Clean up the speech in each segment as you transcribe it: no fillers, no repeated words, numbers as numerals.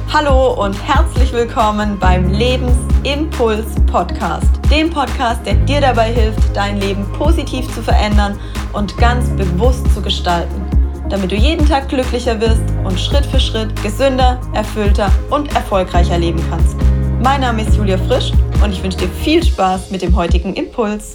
Hallo und herzlich willkommen beim Lebensimpuls Podcast. Dem Podcast, der dir dabei hilft, dein Leben positiv zu verändern und ganz bewusst zu gestalten, damit du jeden Tag glücklicher wirst und Schritt für Schritt gesünder, erfüllter und erfolgreicher leben kannst. Mein Name ist Julia Frisch und ich wünsche dir viel Spaß mit dem heutigen Impuls.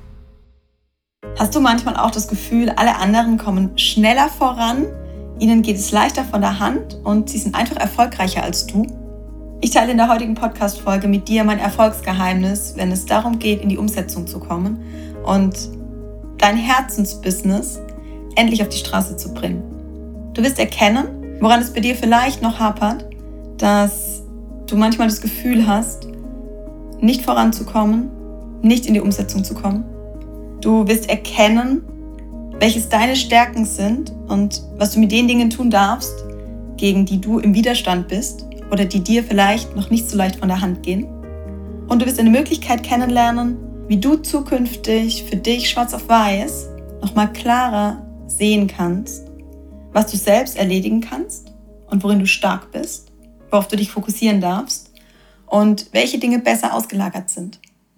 Hast du manchmal auch das Gefühl, alle anderen kommen schneller voran? Ihnen geht es leichter von der Hand und sie sind einfach erfolgreicher als du. Ich teile in der heutigen Podcast-Folge mit dir mein Erfolgsgeheimnis, wenn es darum geht, in die Umsetzung zu kommen und dein Herzensbusiness endlich auf die Straße zu bringen. Du wirst erkennen, woran es bei dir vielleicht noch hapert, dass du manchmal das Gefühl hast, nicht voranzukommen, nicht in die Umsetzung zu kommen. Du wirst erkennen, welches deine Stärken sind und was du mit den Dingen tun darfst, gegen die du im Widerstand bist oder die dir vielleicht noch nicht so leicht von der Hand gehen. Und du wirst eine Möglichkeit kennenlernen, wie du zukünftig für dich schwarz auf weiß nochmal klarer sehen kannst, was du selbst erledigen kannst und worin du stark bist, worauf du dich fokussieren darfst und welche Dinge besser ausgelagert sind.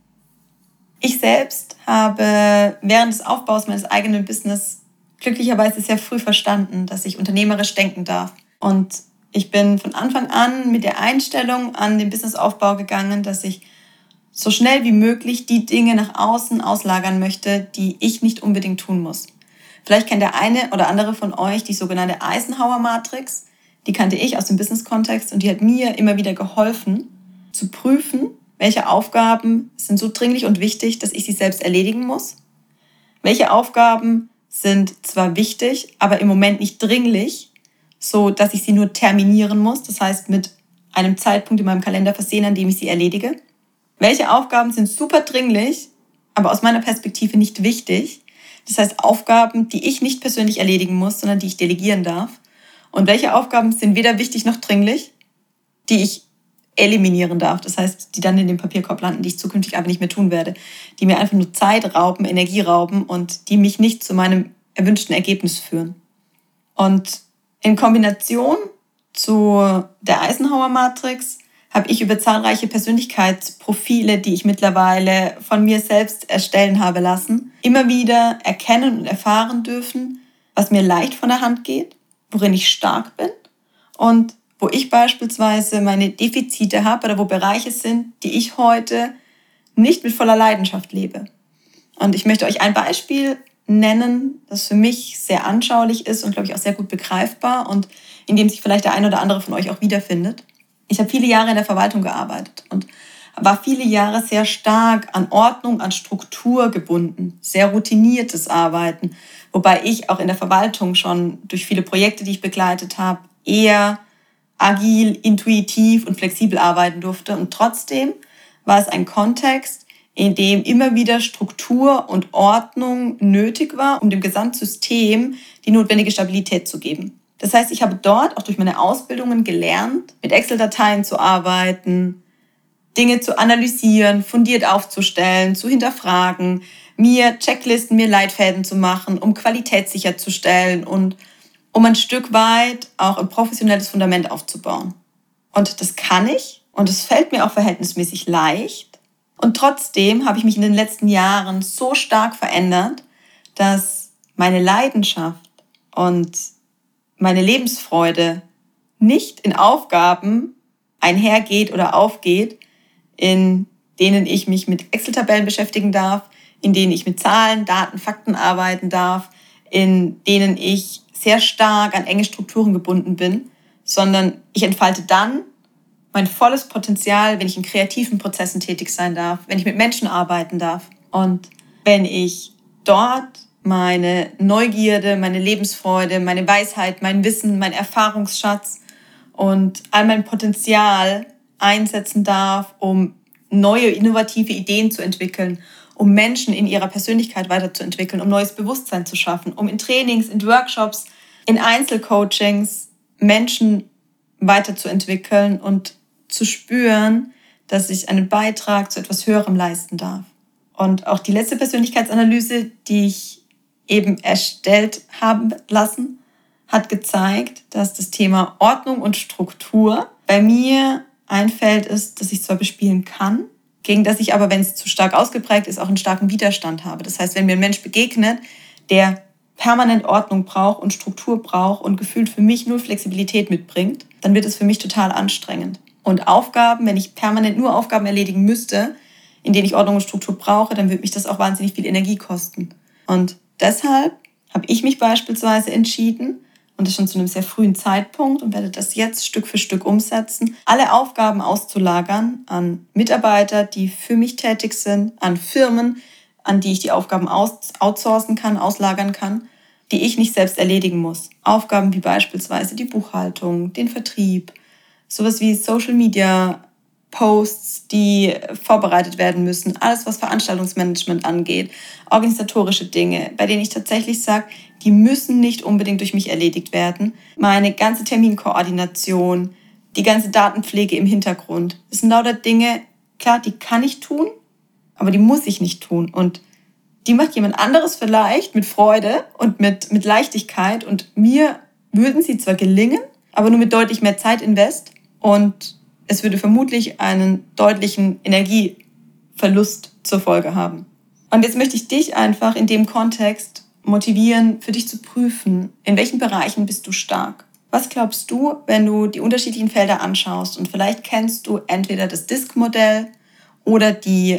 Ich selbst habe während des Aufbaus meines eigenen Business glücklicherweise sehr früh verstanden, dass ich unternehmerisch denken darf. Und ich bin von Anfang an mit der Einstellung an den Businessaufbau gegangen, dass ich so schnell wie möglich die Dinge nach außen auslagern möchte, die ich nicht unbedingt tun muss. Vielleicht kennt der eine oder andere von euch die sogenannte Eisenhower-Matrix. Die kannte ich aus dem Business-Kontext und die hat mir immer wieder geholfen, zu prüfen, welche Aufgaben sind so dringlich und wichtig, dass ich sie selbst erledigen muss? Welche Aufgaben sind zwar wichtig, aber im Moment nicht dringlich, so dass ich sie nur terminieren muss, das heißt mit einem Zeitpunkt in meinem Kalender versehen, an dem ich sie erledige? Welche Aufgaben sind super dringlich, aber aus meiner Perspektive nicht wichtig? Das heißt Aufgaben, die ich nicht persönlich erledigen muss, sondern die ich delegieren darf. Und welche Aufgaben sind weder wichtig noch dringlich, die ich eliminieren darf. Das heißt, die dann in dem Papierkorb landen, die ich zukünftig aber nicht mehr tun werde. Die mir einfach nur Zeit rauben, Energie rauben und die mich nicht zu meinem erwünschten Ergebnis führen. Und in Kombination zu der Eisenhower-Matrix habe ich über zahlreiche Persönlichkeitsprofile, die ich mittlerweile von mir selbst erstellen habe lassen, immer wieder erkennen und erfahren dürfen, was mir leicht von der Hand geht, worin ich stark bin und wo ich beispielsweise meine Defizite habe oder wo Bereiche sind, die ich heute nicht mit voller Leidenschaft lebe. Und ich möchte euch ein Beispiel nennen, das für mich sehr anschaulich ist und, glaube ich, auch sehr gut begreifbar und in dem sich vielleicht der eine oder andere von euch auch wiederfindet. Ich habe viele Jahre in der Verwaltung gearbeitet und war viele Jahre sehr stark an Ordnung, an Struktur gebunden, sehr routiniertes Arbeiten, wobei ich auch in der Verwaltung schon durch viele Projekte, die ich begleitet habe, eher agil, intuitiv und flexibel arbeiten durfte. Und trotzdem war es ein Kontext, in dem immer wieder Struktur und Ordnung nötig war, um dem Gesamtsystem die notwendige Stabilität zu geben. Das heißt, ich habe dort auch durch meine Ausbildungen gelernt, mit Excel-Dateien zu arbeiten, Dinge zu analysieren, fundiert aufzustellen, zu hinterfragen, mir Checklisten, mir Leitfäden zu machen, um Qualität sicherzustellen und um ein Stück weit auch ein professionelles Fundament aufzubauen. Und das kann ich und es fällt mir auch verhältnismäßig leicht. Und trotzdem habe ich mich in den letzten Jahren so stark verändert, dass meine Leidenschaft und meine Lebensfreude nicht in Aufgaben einhergeht oder aufgeht, in denen ich mich mit Excel-Tabellen beschäftigen darf, in denen ich mit Zahlen, Daten, Fakten arbeiten darf, in denen ich sehr stark an enge Strukturen gebunden bin, sondern ich entfalte dann mein volles Potenzial, wenn ich in kreativen Prozessen tätig sein darf, wenn ich mit Menschen arbeiten darf und wenn ich dort meine Neugierde, meine Lebensfreude, meine Weisheit, mein Wissen, mein Erfahrungsschatz und all mein Potenzial einsetzen darf, um neue, innovative Ideen zu entwickeln, um Menschen in ihrer Persönlichkeit weiterzuentwickeln, um neues Bewusstsein zu schaffen, um in Trainings, in Workshops, in Einzelcoachings Menschen weiterzuentwickeln und zu spüren, dass ich einen Beitrag zu etwas Höherem leisten darf. Und auch die letzte Persönlichkeitsanalyse, die ich eben erstellt haben lassen, hat gezeigt, dass das Thema Ordnung und Struktur bei mir ein Feld ist, das ich zwar bespielen kann, gegen das ich aber, wenn es zu stark ausgeprägt ist, auch einen starken Widerstand habe. Das heißt, wenn mir ein Mensch begegnet, der permanent Ordnung braucht und Struktur braucht und gefühlt für mich null Flexibilität mitbringt, dann wird es für mich total anstrengend. Und Aufgaben, wenn ich permanent nur Aufgaben erledigen müsste, in denen ich Ordnung und Struktur brauche, dann würde mich das auch wahnsinnig viel Energie kosten. Und deshalb habe ich mich beispielsweise entschieden, und das schon zu einem sehr frühen Zeitpunkt und werde das jetzt Stück für Stück umsetzen, alle Aufgaben auszulagern an Mitarbeiter, die für mich tätig sind, an Firmen, an die ich die Aufgaben outsourcen kann, auslagern kann, die ich nicht selbst erledigen muss. Aufgaben wie beispielsweise die Buchhaltung, den Vertrieb, sowas wie Social Media Posts, die vorbereitet werden müssen, alles was Veranstaltungsmanagement angeht, organisatorische Dinge, bei denen ich tatsächlich sage, die müssen nicht unbedingt durch mich erledigt werden. Meine ganze Terminkoordination, die ganze Datenpflege im Hintergrund, das sind lauter Dinge, klar, die kann ich tun, aber die muss ich nicht tun. Und die macht jemand anderes vielleicht mit Freude und mit Leichtigkeit. Und mir würden sie zwar gelingen, aber nur mit deutlich mehr Zeitinvest. Und es würde vermutlich einen deutlichen Energieverlust zur Folge haben. Und jetzt möchte ich dich einfach in dem Kontext motivieren, für dich zu prüfen, in welchen Bereichen bist du stark. Was glaubst du, wenn du die unterschiedlichen Felder anschaust? Und vielleicht kennst du entweder das DISC-Modell oder die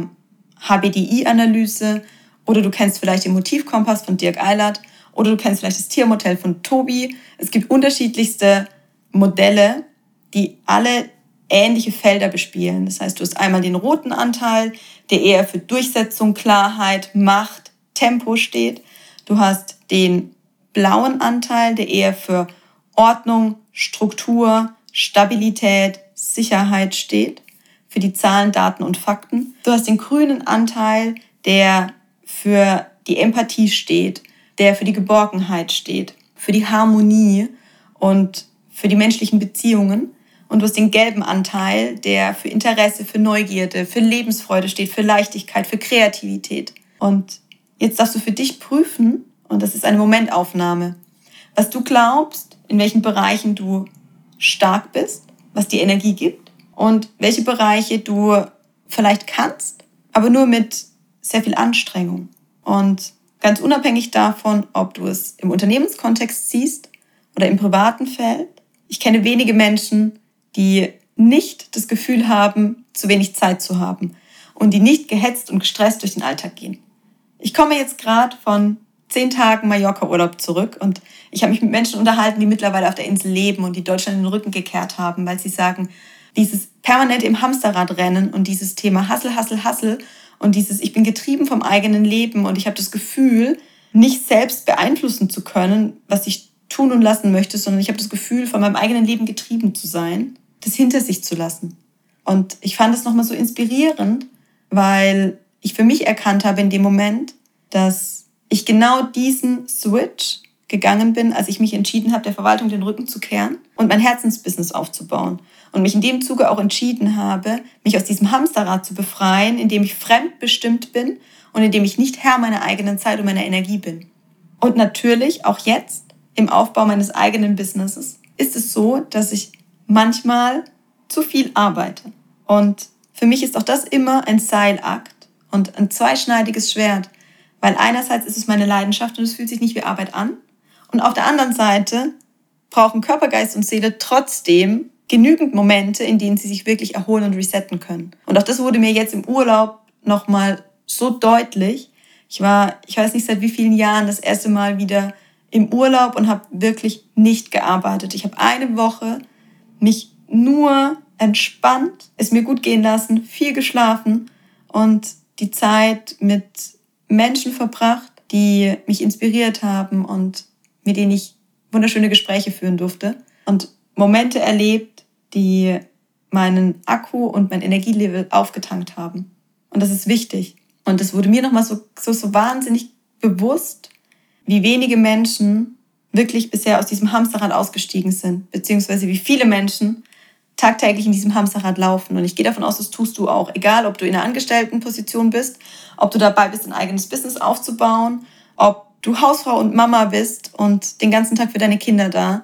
HBDI-Analyse oder du kennst vielleicht den Motivkompass von Dirk Eilert oder du kennst vielleicht das Tiermodell von Tobi. Es gibt unterschiedlichste Modelle, die alle ähnliche Felder bespielen. Das heißt, du hast einmal den roten Anteil, der eher für Durchsetzung, Klarheit, Macht, Tempo steht. Du hast den blauen Anteil, der eher für Ordnung, Struktur, Stabilität, Sicherheit steht, für die Zahlen, Daten und Fakten. Du hast den grünen Anteil, der für die Empathie steht, der für die Geborgenheit steht, für die Harmonie und für die menschlichen Beziehungen. Und du hast den gelben Anteil, der für Interesse, für Neugierde, für Lebensfreude steht, für Leichtigkeit, für Kreativität. Und jetzt darfst du für dich prüfen, und das ist eine Momentaufnahme, was du glaubst, in welchen Bereichen du stark bist, was dir Energie gibt und welche Bereiche du vielleicht kannst, aber nur mit sehr viel Anstrengung. Und ganz unabhängig davon, ob du es im Unternehmenskontext siehst oder im privaten Feld, ich kenne wenige Menschen, die nicht das Gefühl haben, zu wenig Zeit zu haben und die nicht gehetzt und gestresst durch den Alltag gehen. Ich komme jetzt gerade von 10 Tagen Mallorca-Urlaub zurück und ich habe mich mit Menschen unterhalten, die mittlerweile auf der Insel leben und die Deutschland in den Rücken gekehrt haben, weil sie sagen, dieses permanent im Hamsterrad rennen und dieses Thema Hustle, Hustle, Hustle und dieses ich bin getrieben vom eigenen Leben und ich habe das Gefühl, nicht selbst beeinflussen zu können, was ich tun und lassen möchte, sondern ich habe das Gefühl, von meinem eigenen Leben getrieben zu sein, das hinter sich zu lassen. Und ich fand es nochmal so inspirierend, weil ich für mich erkannt habe in dem Moment, dass ich genau diesen Switch gegangen bin, als ich mich entschieden habe, der Verwaltung den Rücken zu kehren und mein Herzensbusiness aufzubauen. Und mich in dem Zuge auch entschieden habe, mich aus diesem Hamsterrad zu befreien, in dem ich fremdbestimmt bin und in dem ich nicht Herr meiner eigenen Zeit und meiner Energie bin. Und natürlich auch jetzt im Aufbau meines eigenen Businesses ist es so, dass ich manchmal zu viel arbeite. Und für mich ist auch das immer ein Seilakt und ein zweischneidiges Schwert, weil einerseits ist es meine Leidenschaft und es fühlt sich nicht wie Arbeit an. Und auf der anderen Seite brauchen Körper, Geist und Seele trotzdem genügend Momente, in denen sie sich wirklich erholen und resetten können. Und auch das wurde mir jetzt im Urlaub nochmal so deutlich. Ich weiß nicht seit wie vielen Jahren, das erste Mal wieder im Urlaub und habe wirklich nicht gearbeitet. Ich habe eine Woche mich nur entspannt, es mir gut gehen lassen, viel geschlafen und die Zeit mit Menschen verbracht, die mich inspiriert haben und mit denen ich wunderschöne Gespräche führen durfte und Momente erlebt, die meinen Akku und mein Energielevel aufgetankt haben. Und das ist wichtig. Und es wurde mir nochmal so wahnsinnig bewusst, wie wenige Menschen wirklich bisher aus diesem Hamsterrad ausgestiegen sind, beziehungsweise wie viele Menschen tagtäglich in diesem Hamsterrad laufen. Und ich gehe davon aus, das tust du auch. Egal, ob du in einer Angestelltenposition bist, ob du dabei bist, ein eigenes Business aufzubauen, ob du Hausfrau und Mama bist und den ganzen Tag für deine Kinder da.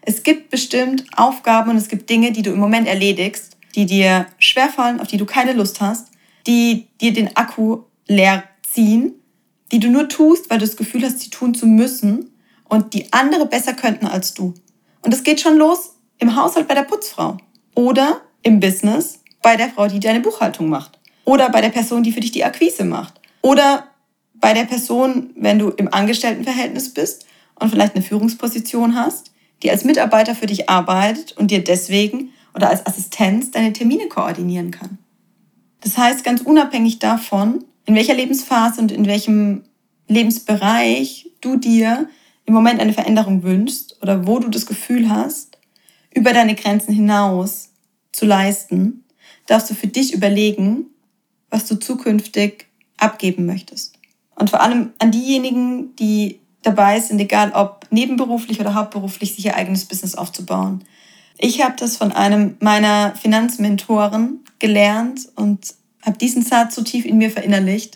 Es gibt bestimmt Aufgaben und es gibt Dinge, die du im Moment erledigst, die dir schwerfallen, auf die du keine Lust hast, die dir den Akku leer ziehen, die du nur tust, weil du das Gefühl hast, sie tun zu müssen und die andere besser könnten als du. Und es geht schon los im Haushalt bei der Putzfrau oder im Business bei der Frau, die deine Buchhaltung macht oder bei der Person, die für dich die Akquise macht oder bei der Person, wenn du im Angestelltenverhältnis bist und vielleicht eine Führungsposition hast, die als Mitarbeiter für dich arbeitet und dir deswegen oder als Assistenz deine Termine koordinieren kann. Das heißt, ganz unabhängig davon, in welcher Lebensphase und in welchem Lebensbereich du dir im Moment eine Veränderung wünschst oder wo du das Gefühl hast, über deine Grenzen hinaus zu leisten, darfst du für dich überlegen, was du zukünftig abgeben möchtest. Und vor allem an diejenigen, die dabei sind, egal ob nebenberuflich oder hauptberuflich, sich ihr eigenes Business aufzubauen. Ich habe das von einem meiner Finanzmentoren gelernt und habe diesen Satz so tief in mir verinnerlicht,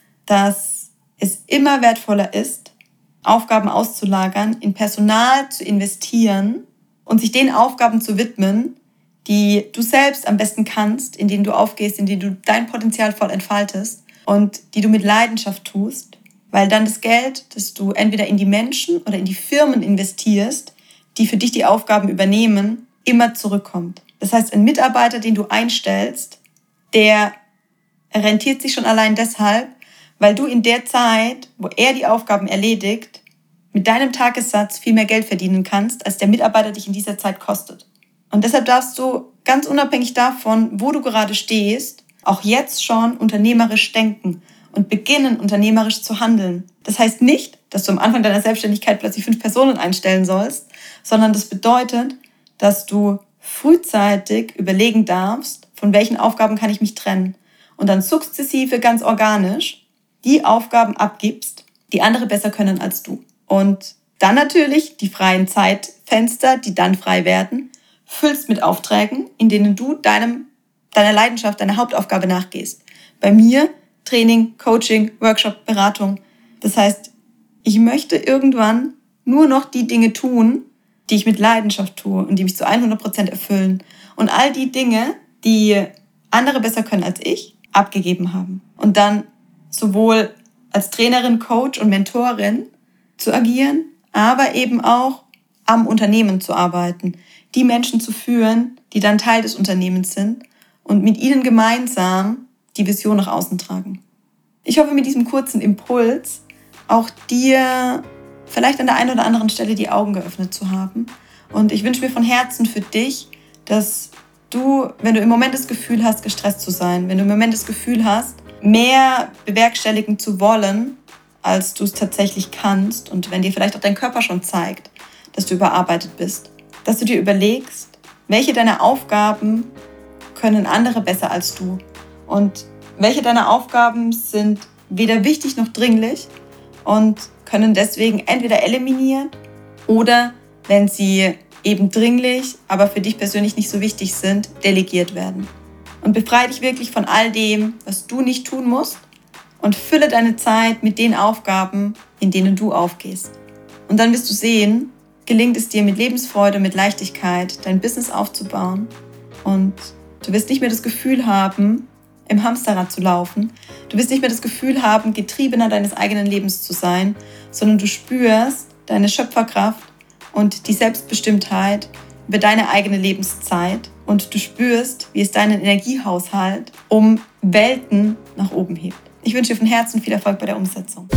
dass es immer wertvoller ist, Aufgaben auszulagern, in Personal zu investieren und sich den Aufgaben zu widmen, die du selbst am besten kannst, in denen du aufgehst, in denen du dein Potenzial voll entfaltest und die du mit Leidenschaft tust, weil dann das Geld, das du entweder in die Menschen oder in die Firmen investierst, die für dich die Aufgaben übernehmen, immer zurückkommt. Das heißt, ein Mitarbeiter, den du einstellst, der rentiert sich schon allein deshalb, weil du in der Zeit, wo er die Aufgaben erledigt, mit deinem Tagessatz viel mehr Geld verdienen kannst, als der Mitarbeiter dich in dieser Zeit kostet. Und deshalb darfst du ganz unabhängig davon, wo du gerade stehst, auch jetzt schon unternehmerisch denken und beginnen, unternehmerisch zu handeln. Das heißt nicht, dass du am Anfang deiner Selbstständigkeit plötzlich 5 Personen einstellen sollst, sondern das bedeutet, dass du frühzeitig überlegen darfst, von welchen Aufgaben kann ich mich trennen und dann sukzessive, ganz organisch die Aufgaben abgibst, die andere besser können als du. Und dann natürlich die freien Zeitfenster, die dann frei werden, füllst mit Aufträgen, in denen du deiner Leidenschaft, deiner Hauptaufgabe nachgehst. Bei mir Training, Coaching, Workshop, Beratung. Das heißt, ich möchte irgendwann nur noch die Dinge tun, die ich mit Leidenschaft tue und die mich zu 100% erfüllen. Und all die Dinge, die andere besser können als ich, abgegeben haben. Und dann sowohl als Trainerin, Coach und Mentorin zu agieren, aber eben auch am Unternehmen zu arbeiten, die Menschen zu führen, die dann Teil des Unternehmens sind und mit ihnen gemeinsam die Vision nach außen tragen. Ich hoffe, mit diesem kurzen Impuls auch dir vielleicht an der einen oder anderen Stelle die Augen geöffnet zu haben. Und ich wünsche mir von Herzen für dich, dass du, wenn du im Moment das Gefühl hast, gestresst zu sein, wenn du im Moment das Gefühl hast, mehr bewerkstelligen zu wollen, als du es tatsächlich kannst und wenn dir vielleicht auch dein Körper schon zeigt, dass du überarbeitet bist, dass du dir überlegst, welche deiner Aufgaben können andere besser als du und welche deiner Aufgaben sind weder wichtig noch dringlich und können deswegen entweder eliminiert oder, wenn sie eben dringlich, aber für dich persönlich nicht so wichtig sind, delegiert werden. Und befreie dich wirklich von all dem, was du nicht tun musst und fülle deine Zeit mit den Aufgaben, in denen du aufgehst. Und dann wirst du sehen, gelingt es dir mit Lebensfreude, mit Leichtigkeit, dein Business aufzubauen und du wirst nicht mehr das Gefühl haben, im Hamsterrad zu laufen. Du wirst nicht mehr das Gefühl haben, Getriebener deines eigenen Lebens zu sein, sondern du spürst deine Schöpferkraft und die Selbstbestimmtheit über deine eigene Lebenszeit und du spürst, wie es deinen Energiehaushalt um Welten nach oben hebt. Ich wünsche dir von Herzen viel Erfolg bei der Umsetzung.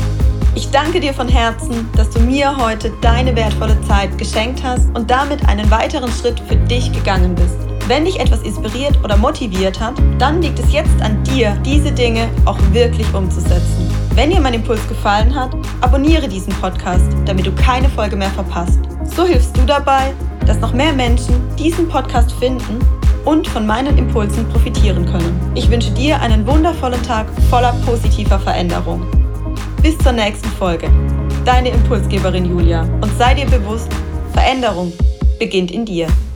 Ich danke dir von Herzen, dass du mir heute deine wertvolle Zeit geschenkt hast und damit einen weiteren Schritt für dich gegangen bist. Wenn dich etwas inspiriert oder motiviert hat, dann liegt es jetzt an dir, diese Dinge auch wirklich umzusetzen. Wenn dir mein Impuls gefallen hat, abonniere diesen Podcast, damit du keine Folge mehr verpasst. So hilfst du dabei, dass noch mehr Menschen diesen Podcast finden und von meinen Impulsen profitieren können. Ich wünsche dir einen wundervollen Tag voller positiver Veränderung. Bis zur nächsten Folge. Deine Impulsgeberin Julia. Und sei dir bewusst, Veränderung beginnt in dir.